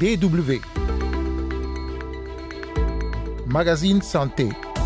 DW. Magazine Santé.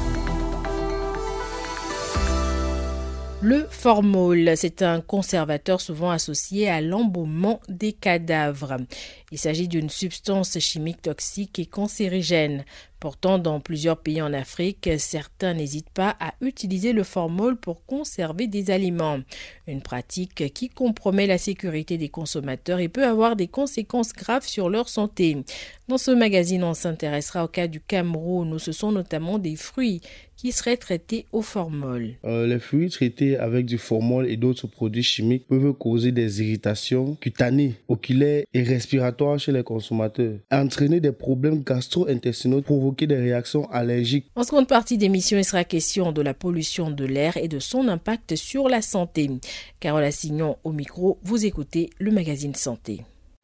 Le formol, c'est un conservateur souvent associé à l'embaumement des cadavres. Il s'agit d'une substance chimique toxique et cancérigène. Pourtant, dans plusieurs pays en Afrique, certains n'hésitent pas à utiliser le formol pour conserver des aliments. Une pratique qui compromet la sécurité des consommateurs et peut avoir des conséquences graves sur leur santé. Dans ce magazine, on s'intéressera au cas du Cameroun, où ce sont notamment des fruits qui seraient traités au formol. Les fruits traités avec du formol et d'autres produits chimiques peuvent causer des irritations cutanées, oculaires et respiratoires chez les consommateurs, entraîner des problèmes gastro-intestinaux, provoquer des réactions allergiques. En seconde partie d'émission, il sera question de la pollution de l'air et de son impact sur la santé. Carole Assignon au micro, vous écoutez le magazine Santé.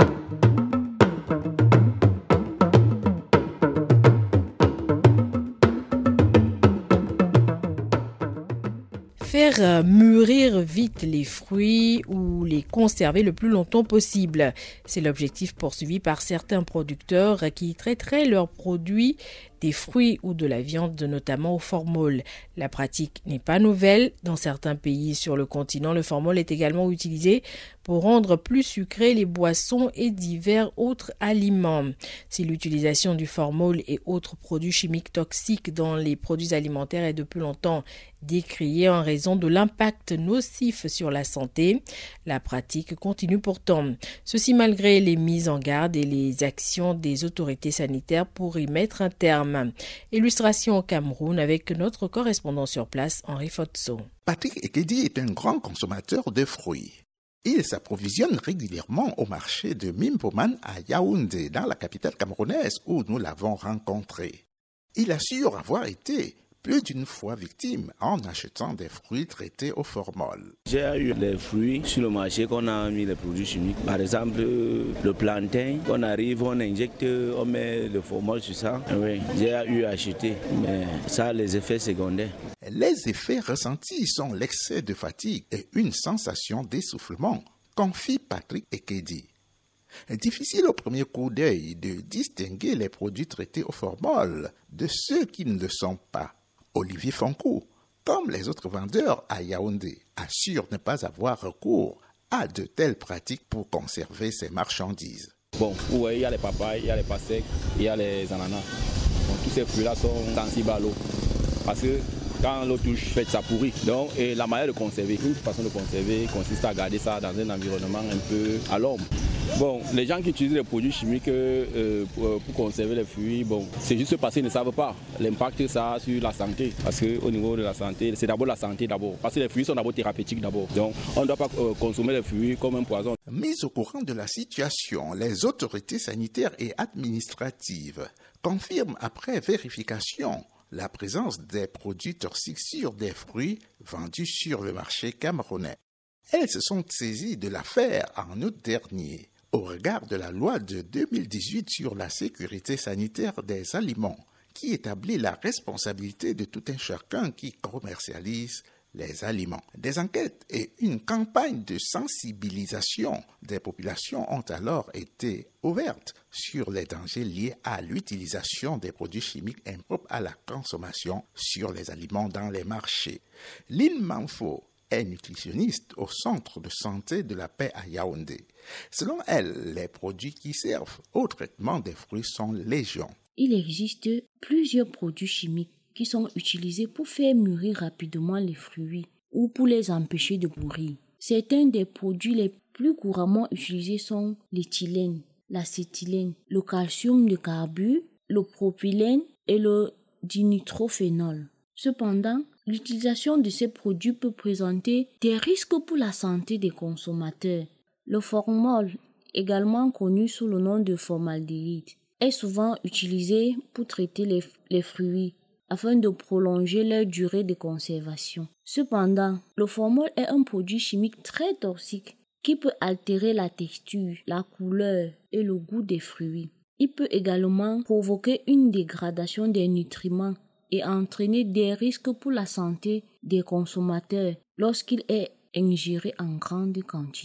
Faire mûrir vite les fruits ou les conserver le plus longtemps possible. C'est l'objectif poursuivi par certains producteurs qui traiteraient leurs produits, des fruits ou de la viande, notamment au formol. La pratique n'est pas nouvelle. Dans certains pays sur le continent, le formol est également utilisé pour rendre plus sucrés les boissons et divers autres aliments. Si l'utilisation du formol et autres produits chimiques toxiques dans les produits alimentaires est depuis longtemps décriée en raison de l'impact nocif sur la santé, la pratique continue pourtant. Ceci malgré les mises en garde et les actions des autorités sanitaires pour y mettre un terme. Illustration au Cameroun avec notre correspondant sur place, Henri Fotso. Patrick Ekedi est un grand consommateur de fruits. Il s'approvisionne régulièrement au marché de Mimpoman à Yaoundé, dans la capitale camerounaise où nous l'avons rencontré. Il assure avoir été plus d'une fois victime en achetant des fruits traités au formol. J'ai eu les fruits sur le marché qu'on a mis les produits chimiques. Par exemple, le plantain, on arrive, on injecte, on met le formol sur ça. Oui, j'ai eu acheté, mais ça a les effets secondaires. Les effets ressentis sont l'excès de fatigue et une sensation d'essoufflement, confie Patrick Ekedi. Difficile au premier coup d'œil de distinguer les produits traités au formol de ceux qui ne le sont pas. Olivier Fonkou, comme les autres vendeurs à Yaoundé, assure ne pas avoir recours à de telles pratiques pour conserver ses marchandises. Bon, vous voyez, il y a les papayes, il y a les pastèques, il y a les ananas. Donc, tous ces fruits-là sont sensibles à l'eau. Parce que quand l'eau touche, ça pourrit. Donc, et la manière de conserver, une façon de conserver consiste à garder ça dans un environnement un peu à l'ombre. Bon, les gens qui utilisent les produits chimiques pour conserver les fruits, bon, c'est juste parce qu'ils ne savent pas l'impact que ça a sur la santé. Parce qu'au niveau de la santé, c'est d'abord la santé d'abord. Parce que les fruits sont d'abord thérapeutiques d'abord. Donc, on ne doit pas consommer les fruits comme un poison. Mis au courant de la situation, les autorités sanitaires et administratives confirment après vérification la présence des produits toxiques sur des fruits vendus sur le marché camerounais. Elles se sont saisies de l'affaire en août dernier, au regard de la loi de 2018 sur la sécurité sanitaire des aliments, qui établit la responsabilité de tout un chacun qui commercialise les aliments. Des enquêtes et une campagne de sensibilisation des populations ont alors été ouvertes sur les dangers liés à l'utilisation des produits chimiques impropres à la consommation sur les aliments dans les marchés. Lynn Manfo est nutritionniste au centre de santé de la paix à Yaoundé. Selon elle, les produits qui servent au traitement des fruits sont légion. Il existe plusieurs produits chimiques qui sont utilisés pour faire mûrir rapidement les fruits ou pour les empêcher de pourrir. Certains des produits les plus couramment utilisés sont l'éthylène, l'acétylène, le calcium de carbure, le propylène et le dinitrophénol. Cependant, l'utilisation de ces produits peut présenter des risques pour la santé des consommateurs. Le formol, également connu sous le nom de formaldéhyde, est souvent utilisé pour traiter les fruits afin de prolonger leur durée de conservation. Cependant, le formol est un produit chimique très toxique qui peut altérer la texture, la couleur et le goût des fruits. Il peut également provoquer une dégradation des nutriments et entraîner des risques pour la santé des consommateurs lorsqu'il est ingéré en grande quantité.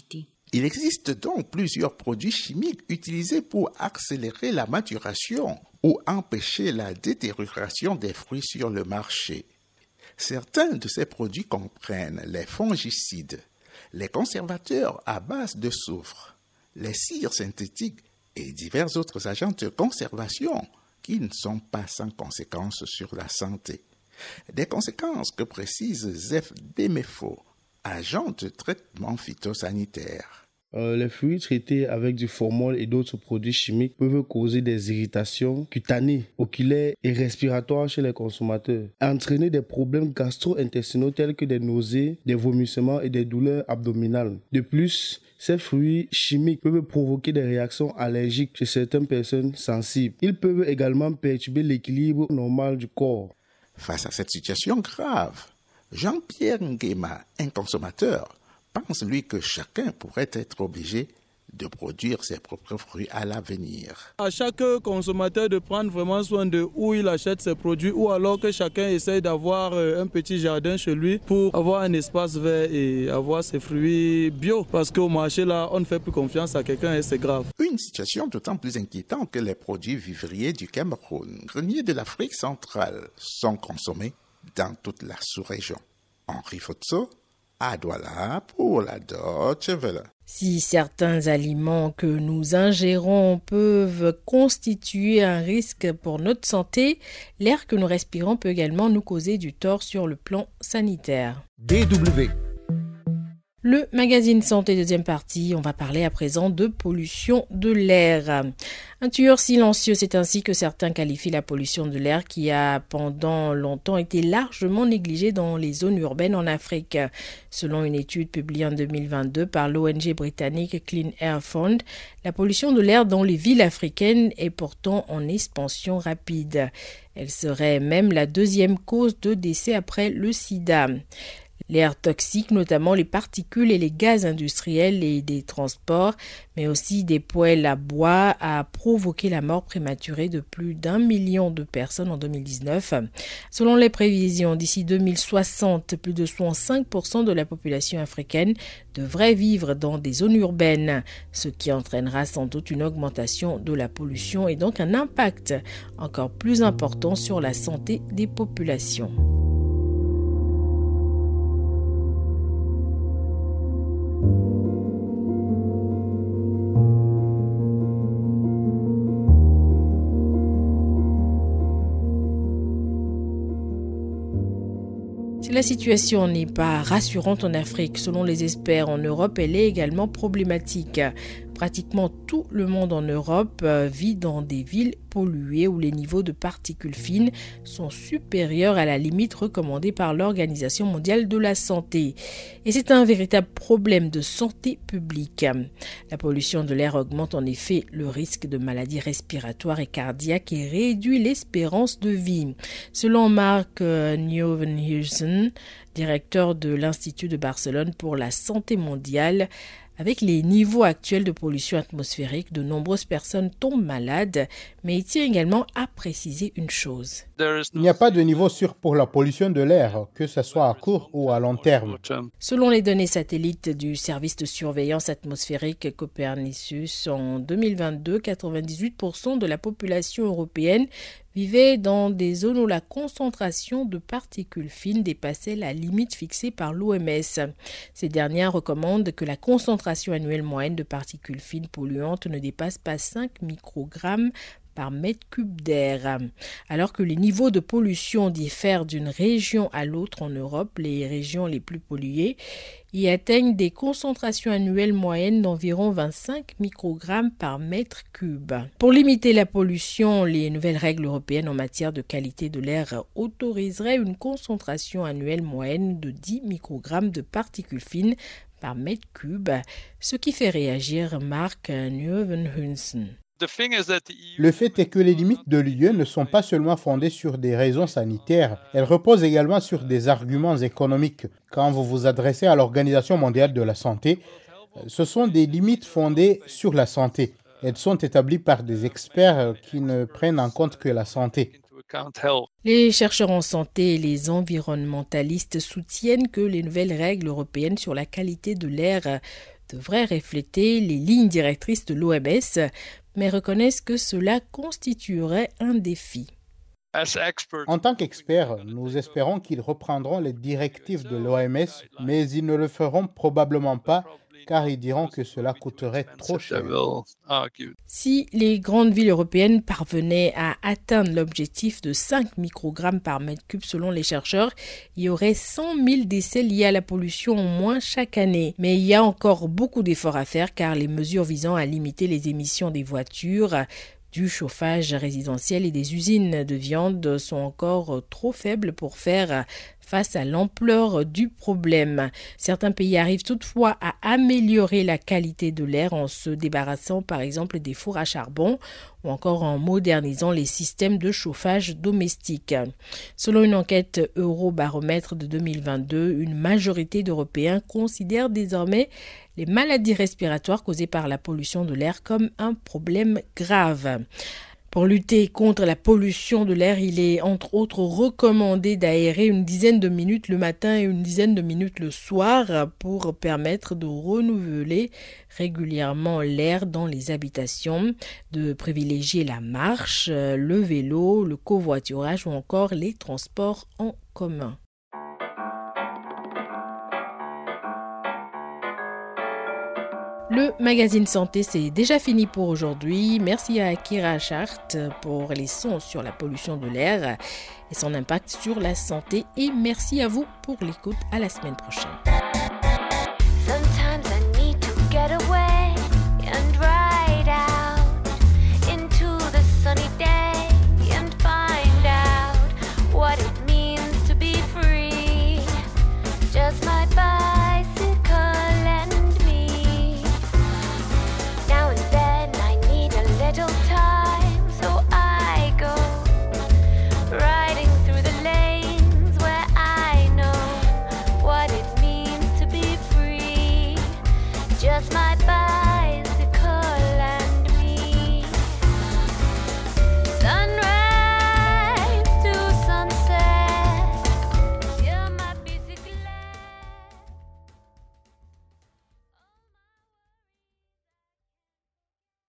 Il existe donc plusieurs produits chimiques utilisés pour accélérer la maturation ou empêcher la détérioration des fruits sur le marché. Certains de ces produits comprennent les fongicides, les conservateurs à base de soufre, les cires synthétiques et divers autres agents de conservation qui ne sont pas sans conséquences sur la santé. Des conséquences que précise Zef Demefo, agent de traitement phytosanitaire. Les fruits traités avec du formol et d'autres produits chimiques peuvent causer des irritations cutanées, oculaires et respiratoires chez les consommateurs, entraîner des problèmes gastro-intestinaux tels que des nausées, des vomissements et des douleurs abdominales. De plus, ces fruits chimiques peuvent provoquer des réactions allergiques chez certaines personnes sensibles. Ils peuvent également perturber l'équilibre normal du corps. Face à cette situation grave, Jean-Pierre Nguema, un consommateur, pense lui que chacun pourrait être obligé de produire ses propres fruits à l'avenir. À chaque consommateur de prendre vraiment soin de où il achète ses produits ou alors que chacun essaye d'avoir un petit jardin chez lui pour avoir un espace vert et avoir ses fruits bio. Parce qu'au marché là, on ne fait plus confiance à quelqu'un et c'est grave. Une situation d'autant plus inquiétante que les produits vivriers du Cameroun, grenier de l'Afrique centrale, sont consommés dans toute la sous-région. Henri Fotso, à Douala pour la Deutsche Welle. Si certains aliments que nous ingérons peuvent constituer un risque pour notre santé, l'air que nous respirons peut également nous causer du tort sur le plan sanitaire. DW. Le magazine Santé deuxième partie, on va parler à présent de pollution de l'air. Un tueur silencieux, c'est ainsi que certains qualifient la pollution de l'air qui a pendant longtemps été largement négligée dans les zones urbaines en Afrique. Selon une étude publiée en 2022 par l'ONG britannique Clean Air Fund, la pollution de l'air dans les villes africaines est pourtant en expansion rapide. Elle serait même la deuxième cause de décès après le sida. L'air toxique, notamment les particules et les gaz industriels et des transports, mais aussi des poêles à bois, a provoqué la mort prématurée de plus d'1 million de personnes en 2019. Selon les prévisions, d'ici 2060, plus de 65% de la population africaine devrait vivre dans des zones urbaines, ce qui entraînera sans doute une augmentation de la pollution et donc un impact encore plus important sur la santé des populations. Si la situation n'est pas rassurante en Afrique, selon les experts, en Europe, elle est également problématique. Pratiquement tout le monde en Europe vit dans des villes polluées où les niveaux de particules fines sont supérieurs à la limite recommandée par l'Organisation mondiale de la santé. Et c'est un véritable problème de santé publique. La pollution de l'air augmente en effet le risque de maladies respiratoires et cardiaques et réduit l'espérance de vie. Selon Mark Nieuwenhuizen, directeur de l'Institut de Barcelone pour la santé mondiale, avec les niveaux actuels de pollution atmosphérique, de nombreuses personnes tombent malades, mais il tient également à préciser une chose. Il n'y a pas de niveau sûr pour la pollution de l'air, que ce soit à court ou à long terme. Selon les données satellites du service de surveillance atmosphérique Copernicus, en 2022, 98% de la population européenne vivait dans des zones où la concentration de particules fines dépassait la limite fixée par l'OMS. Ces dernières recommandent que la concentration annuelle moyenne de particules fines polluantes ne dépasse pas 5 microgrammes par mètre cube d'air. Alors que les niveaux de pollution diffèrent d'une région à l'autre en Europe, les régions les plus polluées y atteignent des concentrations annuelles moyennes d'environ 25 microgrammes par mètre cube. Pour limiter la pollution, les nouvelles règles européennes en matière de qualité de l'air autoriseraient une concentration annuelle moyenne de 10 microgrammes de particules fines par mètre cube, ce qui fait réagir Mark Nieuwenhuizen. Le fait est que les limites de l'UE ne sont pas seulement fondées sur des raisons sanitaires, elles reposent également sur des arguments économiques. Quand vous vous adressez à l'Organisation mondiale de la santé, ce sont des limites fondées sur la santé. Elles sont établies par des experts qui ne prennent en compte que la santé. Les chercheurs en santé et les environnementalistes soutiennent que les nouvelles règles européennes sur la qualité de l'air devrait refléter les lignes directrices de l'OMS, mais reconnaissent que cela constituerait un défi. En tant qu'experts, nous espérons qu'ils reprendront les directives de l'OMS, mais ils ne le feront probablement pas car ils diront que cela coûterait trop cher. Si les grandes villes européennes parvenaient à atteindre l'objectif de 5 microgrammes par mètre cube selon les chercheurs, il y aurait 100 000 décès liés à la pollution en moins chaque année. Mais il y a encore beaucoup d'efforts à faire car les mesures visant à limiter les émissions des voitures, du chauffage résidentiel et des usines de viande sont encore trop faibles pour faire face à l'ampleur du problème. Certains pays arrivent toutefois à améliorer la qualité de l'air en se débarrassant par exemple des fours à charbon ou encore en modernisant les systèmes de chauffage domestique. Selon une enquête Eurobaromètre de 2022, une majorité d'Européens considèrent désormais les maladies respiratoires causées par la pollution de l'air comme un problème grave. Pour lutter contre la pollution de l'air, il est entre autres recommandé d'aérer une dizaine de minutes le matin et une dizaine de minutes le soir pour permettre de renouveler régulièrement l'air dans les habitations, de privilégier la marche, le vélo, le covoiturage ou encore les transports en commun. Le magazine Santé, c'est déjà fini pour aujourd'hui. Merci à Kira Chart pour les sons sur la pollution de l'air et son impact sur la santé. Et merci à vous pour l'écoute. À la semaine prochaine.